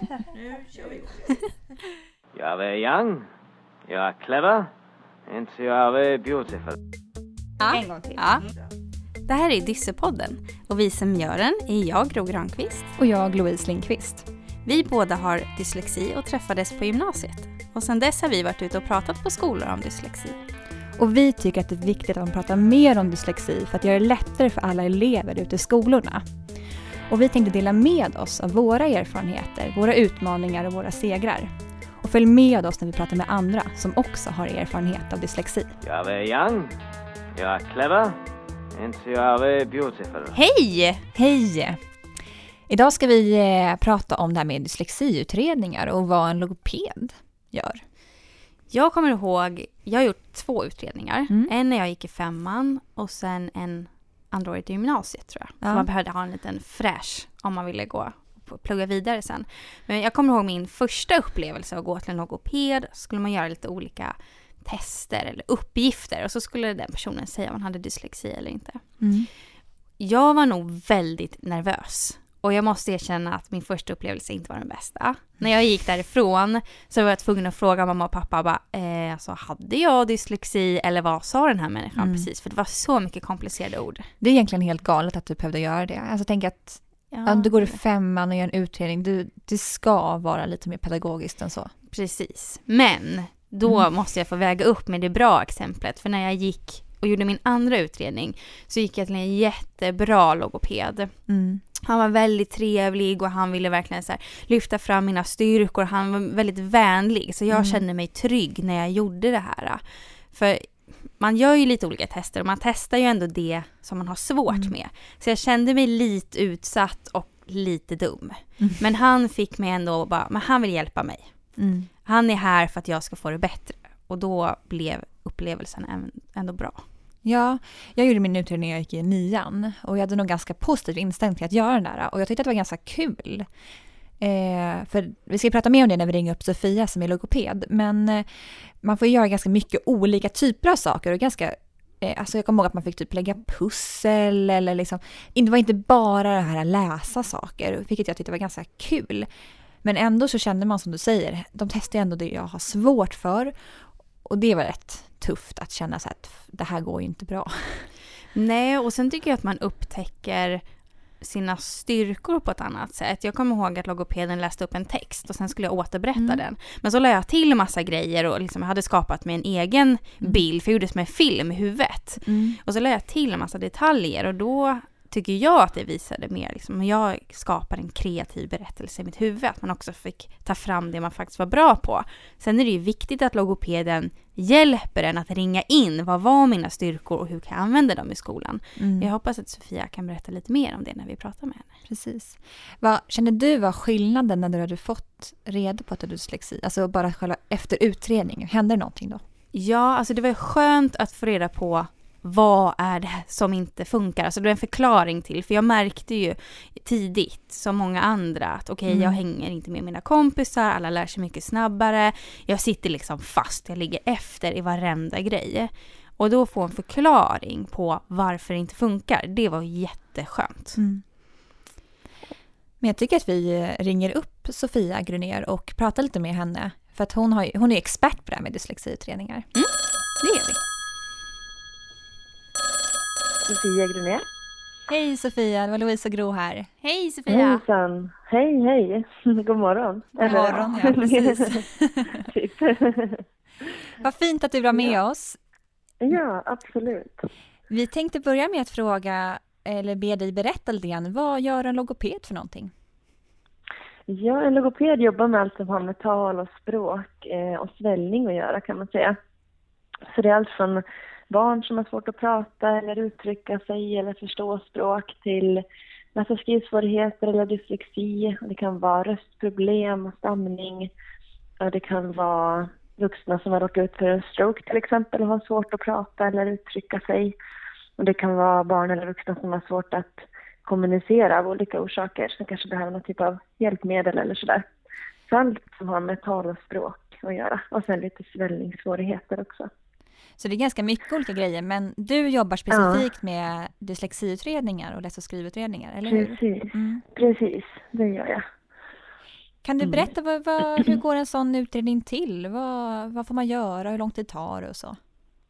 Nu kör vi. Jag är young, jag är clever, and jag är beautiful. En gång till. Ja. Det här är Dyssepodden och vi som gör den är jag, Gro Granqvist. Och jag, Louise Lindqvist. Vi båda har dyslexi och träffades på gymnasiet. Och sedan dess har vi varit ute och pratat på skolor om dyslexi. Och vi tycker att det är viktigt att man pratar mer om dyslexi för att göra det lättare för alla elever ute i skolorna. Och vi tänkte dela med oss av våra erfarenheter, våra utmaningar och våra segrar. Och följ med oss när vi pratar med andra som också har erfarenhet av dyslexi. Jag är young, jag är clever, and jag är beautiful. Hej! Hej! Idag ska vi prata om det här med dyslexiutredningar och vad en logoped gör. Jag kommer ihåg, jag har gjort 2 utredningar. En när jag gick i 5:an och sen en andra året i gymnasiet tror jag. Ja. För man behövde ha en liten fräsch om man ville gå och plugga vidare sen. Men jag kommer ihåg min första upplevelse att gå till en logoped. Skulle man göra lite olika tester eller uppgifter och så skulle den personen säga om man hade dyslexi eller inte. Jag var nog väldigt nervös. Och jag måste erkänna att min första upplevelse inte var den bästa. När jag gick därifrån så var jag tvungen att fråga mamma och pappa alltså, hade jag dyslexi eller vad sa den här människan precis? För det var så mycket komplicerade ord. Det är egentligen helt galet att du behövde göra det. Alltså tänk att du går i 5:an och gör en utredning. Det ska vara lite mer pedagogiskt än så. Precis. Men då måste jag få väga upp med det bra exemplet. För när jag gick och gjorde min andra utredning så gick jag till en jättebra logoped. Han var väldigt trevlig och han ville verkligen så här lyfta fram mina styrkor. Han var väldigt vänlig så jag kände mig trygg när jag gjorde det här. För man gör ju lite olika tester och man testar ju ändå det som man har svårt med. Så jag kände mig lite utsatt och lite dum. Men han fick mig ändå men han vill hjälpa mig. Han är här för att jag ska få det bättre. Och då blev upplevelsen ändå bra. Ja, jag gjorde min utredning när jag gick i 9:an och jag hade nog ganska positiv inställning till att göra den där. Och jag tyckte att det var ganska kul. För vi ska prata mer om det när vi ringer upp Sofia som är logoped. Men man får göra ganska mycket olika typer av saker. Och ganska, alltså jag kommer ihåg att man fick typ lägga pussel. Eller liksom, det var inte bara det här att läsa saker. Vilket jag tyckte var ganska kul. Men ändå så kände man som du säger. De testar ändå det jag har svårt för. Och det var rätt tufft att känna så att det här går ju inte bra. Nej, och sen tycker jag att man upptäcker sina styrkor på ett annat sätt. Jag kommer ihåg att logopeden läste upp en text och sen skulle jag återberätta den. Men så la jag till en massa grejer och liksom jag hade skapat mig en egen bild för jag gjorde det som en film i huvudet. Och så la jag till en massa detaljer och då tycker jag att det visade mer liksom, jag skapade en kreativ berättelse i mitt huvud, att man också fick ta fram det man faktiskt var bra på. Sen är det ju viktigt att logopeden hjälper en att ringa in vad var mina styrkor och hur kan jag använda dem i skolan. Jag hoppas att Sofia kan berätta lite mer om det när vi pratar med henne. Precis. Vad känner du var skillnaden när du hade fått reda på att du hade dyslexi? Alltså bara själva efter utredningen, hände det någonting då? Ja, alltså det var skönt att få reda på vad är det som inte funkar? Alltså det är en förklaring till. För jag märkte ju tidigt, som många andra, att jag hänger inte med mina kompisar. Alla lär sig mycket snabbare. Jag sitter liksom fast. Jag ligger efter i varenda grej. Och då få en förklaring på varför det inte funkar. Det var jätteskönt. Men jag tycker att vi ringer upp Sofia Grunér och pratar lite med henne. För att hon är expert på det här med dyslexiutredningar. Det gör vi. Sofia Grunér. Hej Sofia, det var Louise och Gro här. Hej Sofia. Hejsan. Hej. God morgon. God morgon, ja precis. Typ. Vad fint att du var med oss. Ja, absolut. Vi tänkte börja med att fråga, eller be dig berätta lite grann, vad gör en logoped för någonting? Ja, en logoped jobbar med allt som har med tal och språk och svällning att göra kan man säga. Så det är allt från barn som har svårt att prata eller uttrycka sig eller förstå språk till massa skrivsvårigheter eller dyslexi. Det kan vara röstproblem och stamning. Det kan vara vuxna som har råkat ut för en stroke till exempel och har svårt att prata eller uttrycka sig. Och det kan vara barn eller vuxna som har svårt att kommunicera av olika orsaker. Som kanske behöver någon typ av hjälpmedel eller sådär. Så allt som har med tal och språk att göra. Och sen lite svällningssvårigheter också. Så det är ganska mycket olika grejer, men du jobbar specifikt med dyslexiutredningar och läs- och skrivutredningar, eller hur? Precis, Precis, det gör jag. Kan du berätta hur går en sån utredning till? Vad får man göra? Hur lång tid tar det och så?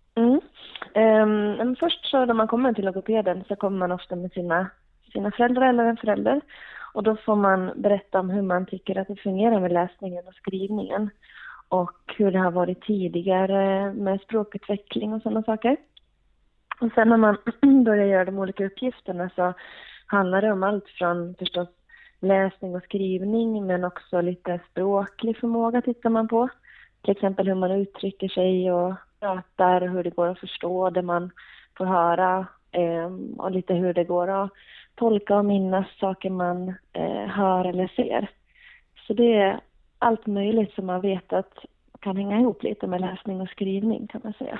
Först så när man kommer till logopeden så kommer man ofta med sina föräldrar eller en förälder. Och då får man berätta om hur man tycker att det fungerar med läsningen och skrivningen. Och hur det har varit tidigare med språkutveckling och sådana saker. Och sen när man börjar göra de olika uppgifterna så handlar det om allt från förstås läsning och skrivning, men också lite språklig förmåga tittar man på. Till exempel hur man uttrycker sig och pratar, hur det går att förstå det man får höra och lite hur det går att tolka och minnas saker man hör eller ser. Så det är allt möjligt som man vet att kan hänga ihop lite med läsning och skrivning, kan man säga.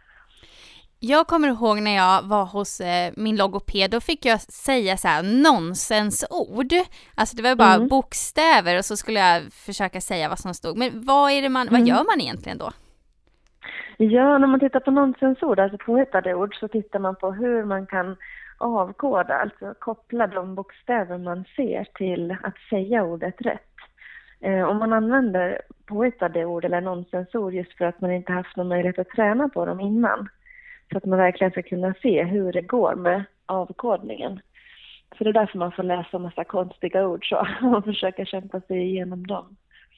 Jag kommer ihåg när jag var hos min logoped, då fick jag säga så här nonsensord. Alltså det var bara bokstäver och så skulle jag försöka säga vad som stod. Men vad gör man egentligen då? Ja, när man tittar på nonsensord, alltså påhittade ord, så tittar man på hur man kan avkoda, alltså koppla de bokstäver man ser till att säga ordet rätt. Om man använder påhittade ord eller nonsensord just för att man inte haft någon möjlighet att träna på dem innan, så att man verkligen ska kunna se hur det går med avkodningen. Så det är därför man får läsa en massa konstiga ord så, och försöka kämpa sig igenom dem.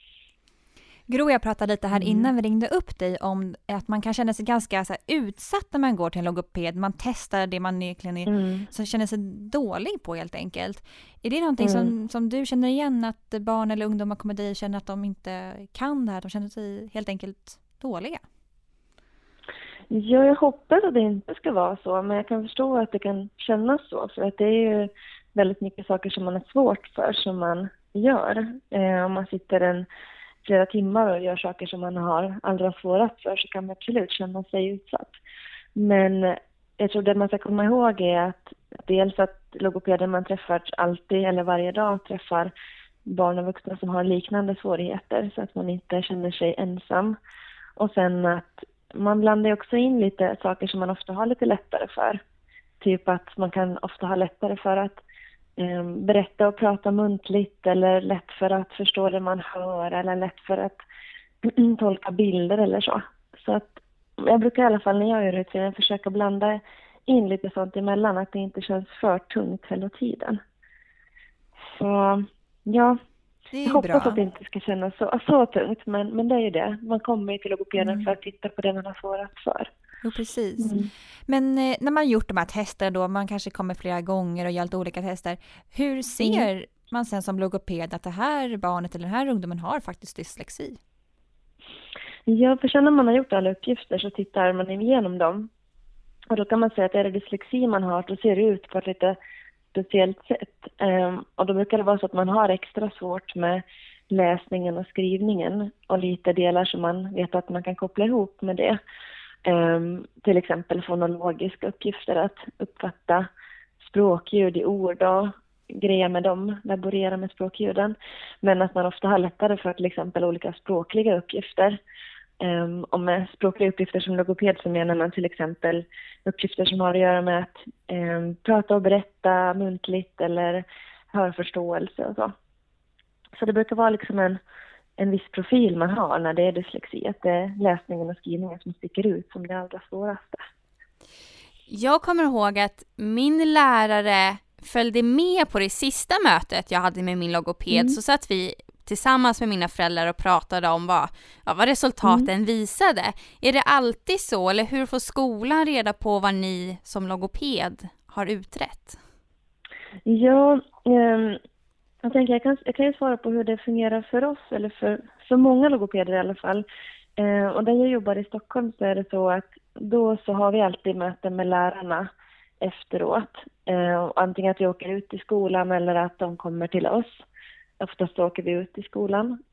Gro, jag pratade lite här innan vi ringde upp dig om att man kan känna sig ganska så här utsatt när man går till en logoped. Man testar det man egentligen så känner sig dålig på helt enkelt. Är det någonting som du känner igen, att barn eller ungdomar kommer dit och känner att de inte kan det här? De känner sig helt enkelt dåliga? Ja, jag hoppas att det inte ska vara så, men jag kan förstå att det kan kännas så. För att det är ju väldigt mycket saker som man har svårt för som man gör. Om man sitter flera timmar och gör saker som man har allra svårast för, så kan man absolut känna sig utsatt. Men jag tror det man ska komma ihåg är att dels att logopeder man träffar alltid eller varje dag träffar barn och vuxna som har liknande svårigheter, så att man inte känner sig ensam. Och sen att man blandar också in lite saker som man ofta har lite lättare för. Typ att man kan ofta ha lättare för att berätta och prata muntligt, eller lätt för att förstå det man hör, eller lätt för att tolka bilder eller så. Så att jag brukar i alla fall när jag gör utredningen försöka blanda in lite sånt emellan, att det inte känns för tungt hela tiden. Så ja, jag hoppas att det inte ska kännas så tungt, men det är ju det. Man kommer ju till logopeden för att titta på det man har svårast för. Jo, precis. Men när man har gjort de här testerna då, man kanske kommer flera gånger och gör olika tester. Hur ser man sen som logoped att det här barnet eller den här ungdomen har faktiskt dyslexi? Ja, för sen när man har gjort alla uppgifter så tittar man igenom dem. Och då kan man säga att är det dyslexi man har, då ser det ut på ett lite speciellt sätt. Och då brukar det vara så att man har extra svårt med läsningen och skrivningen och lite delar som man vet att man kan koppla ihop med det. Till exempel fonologiska uppgifter, att uppfatta språkljud i ord och grejer med dem, laborera med språkljuden. Men att man ofta har lättare för till exempel olika språkliga uppgifter. Och med språkliga uppgifter som logoped så menar man till exempel uppgifter som har att göra med att prata och berätta muntligt eller hörförståelse och så. Så det brukar vara liksom en viss profil man har när det är dyslexi. Att det är läsningen och skrivningen som sticker ut som det allra svåraste. Jag kommer ihåg att min lärare följde med på det sista mötet jag hade med min logoped. Så satt vi tillsammans med mina föräldrar och pratade om vad resultaten visade. Är det alltid så, eller hur får skolan reda på vad ni som logoped har utrett? Ja, jag tänker jag kan ju svara på hur det fungerar för oss, eller för många logopeder i alla fall. Och där jag jobbar i Stockholm så är det så att då så har vi alltid möten med lärarna efteråt. Antingen att vi åker ut i skolan eller att de kommer till oss. Oftast åker vi ut i skolan.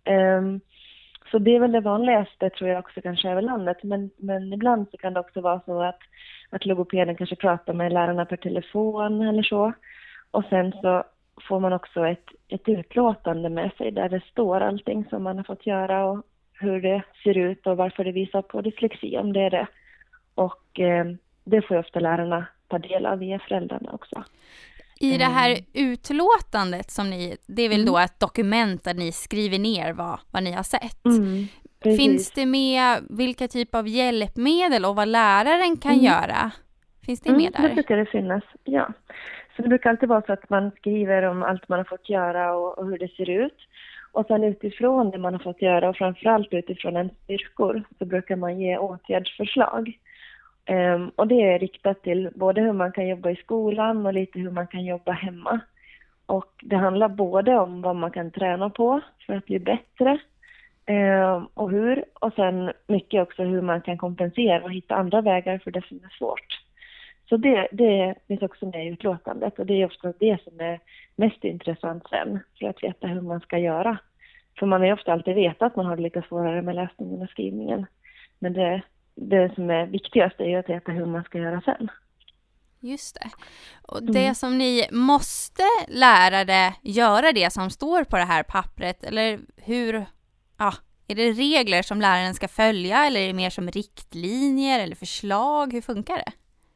Så det är väl det vanligaste, tror jag också kanske över landet. Men ibland så kan det också vara så att logopeden kanske pratar med lärarna per telefon eller så. Och sen så får man också ett utlåtande med sig där det står allting som man har fått göra och hur det ser ut och varför det visar på dyslexi, om det är det. Och det får ju ofta lärarna ta del av via föräldrarna också. I det här utlåtandet som ni, det är väl då ett dokument där ni skriver ner vad ni har sett. Finns det med vilka typ av hjälpmedel och vad läraren kan göra? Finns det med där? Det brukar det finnas, ja. Så det brukar alltid vara så att man skriver om allt man har fått göra och hur det ser ut. Och sen utifrån det man har fått göra och framförallt utifrån ens styrkor så brukar man ge åtgärdsförslag. Och det är riktat till både hur man kan jobba i skolan och lite hur man kan jobba hemma. Och det handlar både om vad man kan träna på för att bli bättre och hur. Och sen mycket också hur man kan kompensera och hitta andra vägar för det som är svårt. Så det finns också med i utlåtandet och det är ofta det som är mest intressant sen för att veta hur man ska göra. För man har ju ofta alltid vetat att man har det lite svårare med läsningen och skrivningen. Men det som är viktigast är ju att veta hur man ska göra sen. Just det. Och det som ni måste lära dig göra det som står på det här pappret, eller hur, är det regler som läraren ska följa eller är det mer som riktlinjer eller förslag? Hur funkar det?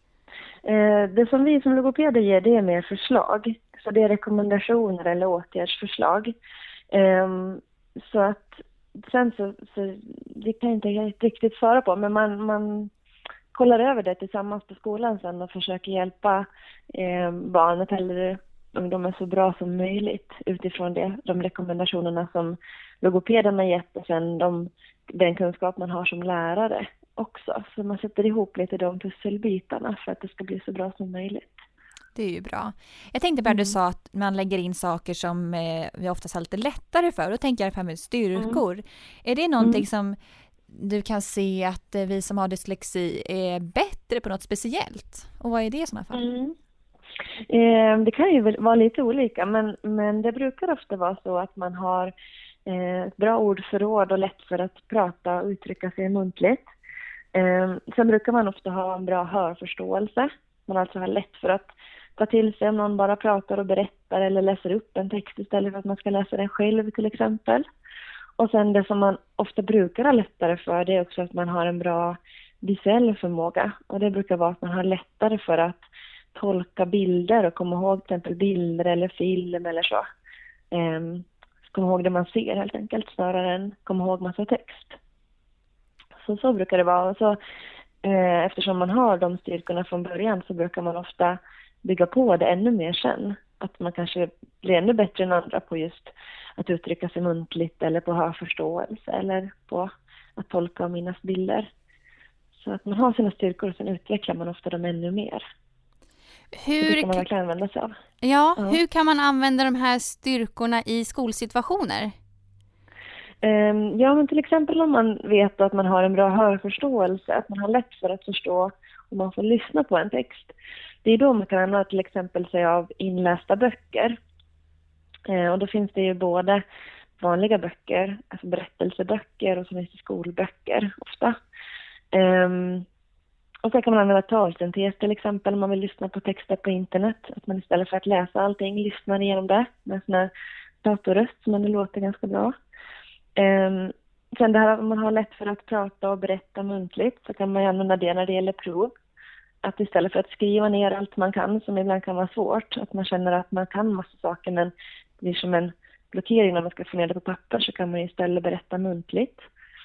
Det som vi som logopeder ger, det är mer förslag. Så det är rekommendationer eller åtgärdsförslag. Så att sen så det kan jag inte riktigt svara på, men man kollar över det tillsammans på skolan sen och försöker hjälpa barnet eller ungdomen så bra som möjligt utifrån de rekommendationerna som logopederna gett och sen den kunskap man har som lärare också. Så man sätter ihop lite de pusselbitarna för att det ska bli så bra som möjligt. Det är ju bra. Jag tänkte bara du sa att man lägger in saker som vi oftast har lite lättare för. Då tänker jag på med styrkor. Är det någonting som du kan se att vi som har dyslexi är bättre på något speciellt? Och vad är det i sådana fall? Det kan ju vara lite olika, men det brukar ofta vara så att man har ett bra ordförråd och lätt för att prata och uttrycka sig muntligt. Sen brukar man ofta ha en bra hörförståelse. Man alltså har lätt för att ta till sig om någon bara pratar och berättar eller läser upp en text istället för att man ska läsa den själv till exempel. Och sen det som man ofta brukar ha lättare för, det är också att man har en bra visuell förmåga. Och det brukar vara att man har lättare för att tolka bilder och komma ihåg till exempel bilder eller film eller så. Komma ihåg det man ser helt enkelt snarare än komma ihåg massa text. Så brukar det vara. Och så, eftersom man har de styrkorna från början så brukar man ofta bygga på det ännu mer sen. Att man kanske blir ännu bättre än andra på just att uttrycka sig muntligt eller på hörförståelse eller på att tolka och minnas bilder. Så att man har sina styrkor och sen utvecklar man ofta dem ännu mer. Det kan man verkligen använda sig av. Ja, hur kan man använda de här styrkorna i skolsituationer? Ja, men till exempel om man vet att man har en bra hörförståelse, att man har lätt för att förstå om man får lyssna på en text. Det är då man kan använda till exempel sig av inlästa böcker. Och då finns det ju både vanliga böcker, alltså berättelseböcker och så finns det skolböcker ofta. Och så kan man använda talsyntes till exempel om man vill lyssna på texter på internet. Att man istället för att läsa allting lyssnar igenom det med en sån här datorröst som det låter ganska bra. Sen det här om man har lätt för att prata och berätta muntligt så kan man använda det när det gäller prov. Att istället för att skriva ner allt man kan som ibland kan vara svårt, att man känner att man kan massa saker men det blir som en blockering när man ska få ner det på papper så kan man istället berätta muntligt.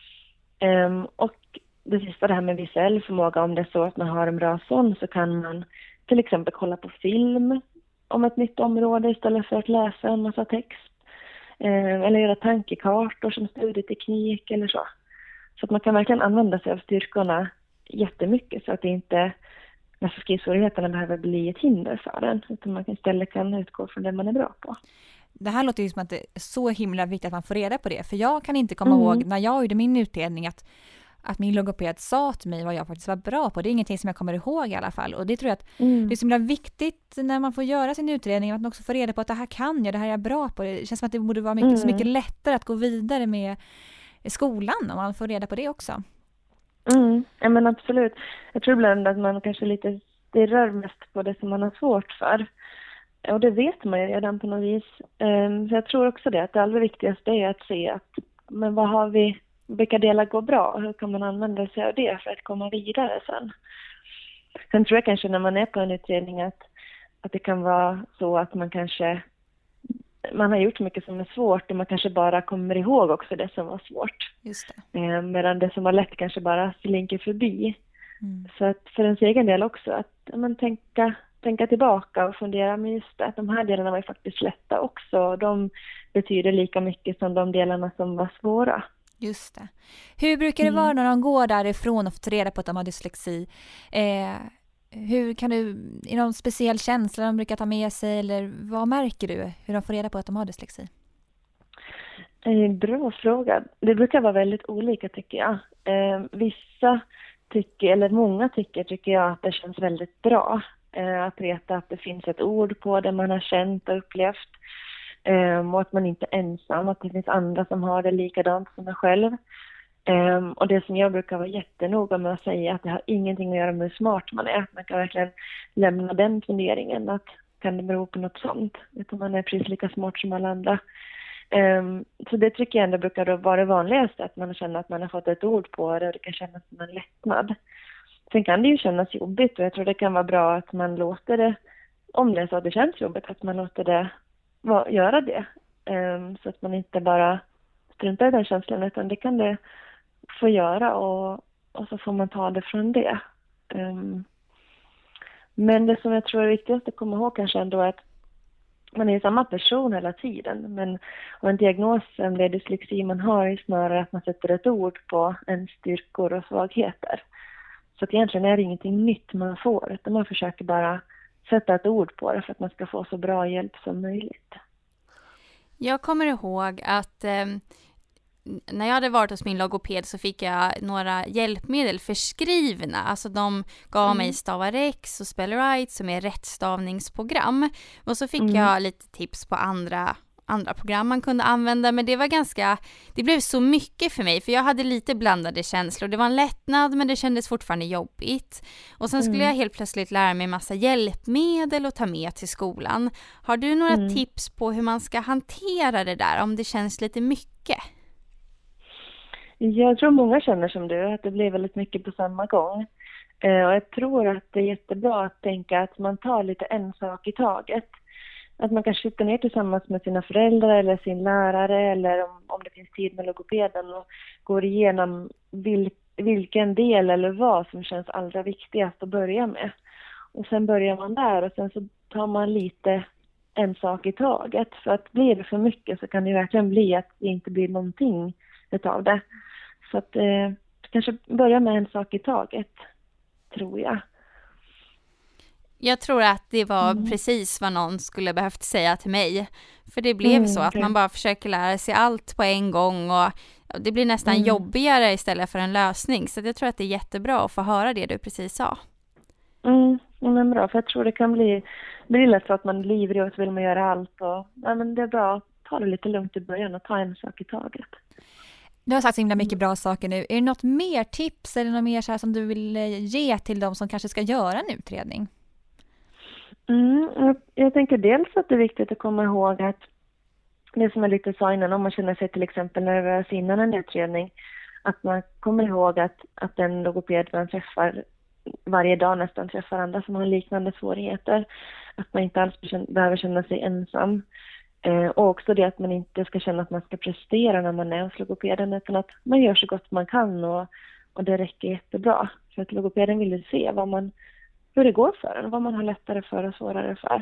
Och det sista det här med visuell förmåga, om det är så att man har en bra sån så kan man till exempel kolla på film om ett nytt område istället för att läsa en massa text. Eller göra tankekartor som studieteknik eller så. Så att man kan verkligen använda sig av styrkorna jättemycket så att det inte nästa skrivsvårigheterna behöver bli ett hinder för den. Utan man istället kan utgå från det man är bra på. Det här låter ju som att det är så himla viktigt att man får reda på det. För jag kan inte komma ihåg när jag gjorde min utredning att min logoped sa till mig vad jag faktiskt var bra på. Det är ingenting som jag kommer ihåg i alla fall. Och det tror jag att det är så himla viktigt när man får göra sin utredning att man också får reda på att det här kan jag, det här är jag bra på. Det känns som att det borde vara så mycket lättare att gå vidare med skolan om man får reda på det också. Ja men absolut. Jag tror ibland att man kanske lite stirrar mest på det som man har svårt för. Och det vet man ju redan på något vis. Så jag tror också det att det allra viktigaste är att se att men vad har vi, vilka delar går bra? Hur kan man använda sig av det för att komma vidare sen? Sen tror jag kanske när man är på en utredning att att det kan vara så att man har gjort mycket som är svårt och man kanske bara kommer ihåg också det som var svårt. Just det. Medan det som var lätt kanske bara slinker förbi. Så att för ens egen del också att tänka tillbaka och fundera, men just det, att de här delarna var ju faktiskt lätta också. De betyder lika mycket som de delarna som var svåra. Just det. Hur brukar det vara när de går därifrån och får reda på att de har dyslexi? Hur kan du, är det någon speciell känsla de brukar ta med sig, eller vad märker du hur de får reda på att de har dyslexi? Bra fråga. Det brukar vara väldigt olika tycker jag. Vissa många tycker jag att det känns väldigt bra att veta att det finns ett ord på det man har känt och upplevt. Och att man inte är ensam, att det finns andra som har det likadant som en själv. Och det som jag brukar vara jättenoga med att säga att det har ingenting att göra med hur smart man är. Man kan verkligen lämna den funderingen att kan det bero på något sånt. Utan man är precis lika smart som alla andra. Så det tycker jag ändå brukar då vara det vanligaste, att man känner att man har fått ett ord på det och det kan kännas som en lättnad. Sen kan det ju kännas jobbigt och jag tror det kan vara bra att man låter det, om det är så att det känns jobbigt, att man låter det göra det. Så att man inte bara struntar i den känslan, utan det kan det få göra och så får man ta det från det. Men det som jag tror är viktigast att komma ihåg kanske ändå är att man är samma person hela tiden. Och en diagnos, om det är dyslexi man har, är snarare att man sätter ett ord på en styrkor och svagheter. Så att egentligen är det ingenting nytt man får, utan man försöker bara sätta ett ord på det för att man ska få så bra hjälp som möjligt. Jag kommer ihåg att när jag hade varit hos min logoped så fick jag några hjälpmedel förskrivna. Alltså de gav mig Stavarex och Spellrite som är rättstavningsprogram. Och så fick jag lite tips på andra program man kunde använda. Men det blev så mycket för mig. För jag hade lite blandade känslor. Det var en lättnad men det kändes fortfarande jobbigt. Och sen skulle jag helt plötsligt lära mig massa hjälpmedel och ta med till skolan. Har du några tips på hur man ska hantera det där om det känns lite mycket? Jag tror många känner som du, att det blir väldigt mycket på samma gång. Och jag tror att det är jättebra att tänka att man tar lite en sak i taget. Att man kanske sitter ner tillsammans med sina föräldrar eller sin lärare, eller om det finns tid med logopeden, och går igenom vilken del eller vad som känns allra viktigast att börja med. Och sen börjar man där och sen så tar man lite en sak i taget. För att blir det för mycket så kan det verkligen bli att det inte blir någonting utav det. Så att kanske börja med en sak i taget, tror jag. Jag tror att det var precis vad någon skulle behövt säga till mig. För det blev så att man bara försöker lära sig allt på en gång. Och det blir nästan jobbigare istället för en lösning. Så jag tror att det är jättebra att få höra det du precis sa. Men bra, för jag tror det kan bli lätt så att man är livrig och så vill man göra allt. Och, men det är bra att ta det lite lugnt i början och ta en sak i taget. Du har sagt så himla mycket bra saker nu. Är det något mer tips eller något mer så här som du vill ge till dem som kanske ska göra en utredning? Jag tänker dels att det är viktigt att komma ihåg att det som jag lite sa innan, om man känner sig till exempel nervös innan en utredning, att man kommer ihåg att den logoped man träffar varje dag nästan träffar andra som har liknande svårigheter. Att man inte alls behöver känna sig ensam. Och också det att man inte ska känna att man ska prestera när man är hos logopeden, utan att man gör så gott man kan och det räcker jättebra. För att logopeden vill se hur det går för en, vad man har lättare för och svårare för.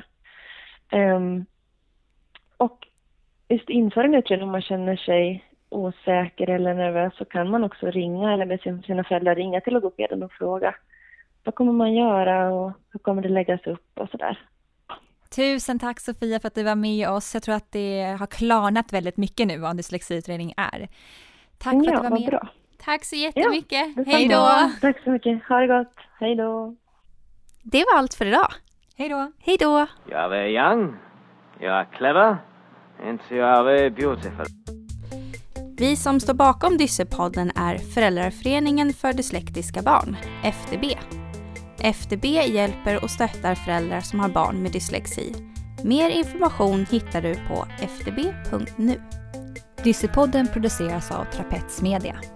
Och just inför en utredning, om man känner sig osäker eller nervös, så kan man också ringa eller med sina föräldrar ringa till logopeden och fråga vad kommer man göra och hur kommer det läggas upp och sådär. Tusen tack Sofia för att du var med oss. Jag tror att det har klarnat väldigt mycket nu vad dyslexiutredning är. Tack för att du var med. Bra. Tack så jättemycket. Ja, hej då. Tack så mycket. Ha det gott. Hej då. Det var allt för idag. Hej då. Hej då. Jag är young. Jag är clever. Inte jag är beautiful. Vi som står bakom Dyssepodden är Föräldraföreningen för dyslektiska barn, FDB. FDB hjälper och stöttar föräldrar som har barn med dyslexi. Mer information hittar du på fdb.nu. Dyssepodden produceras av Trapets Media.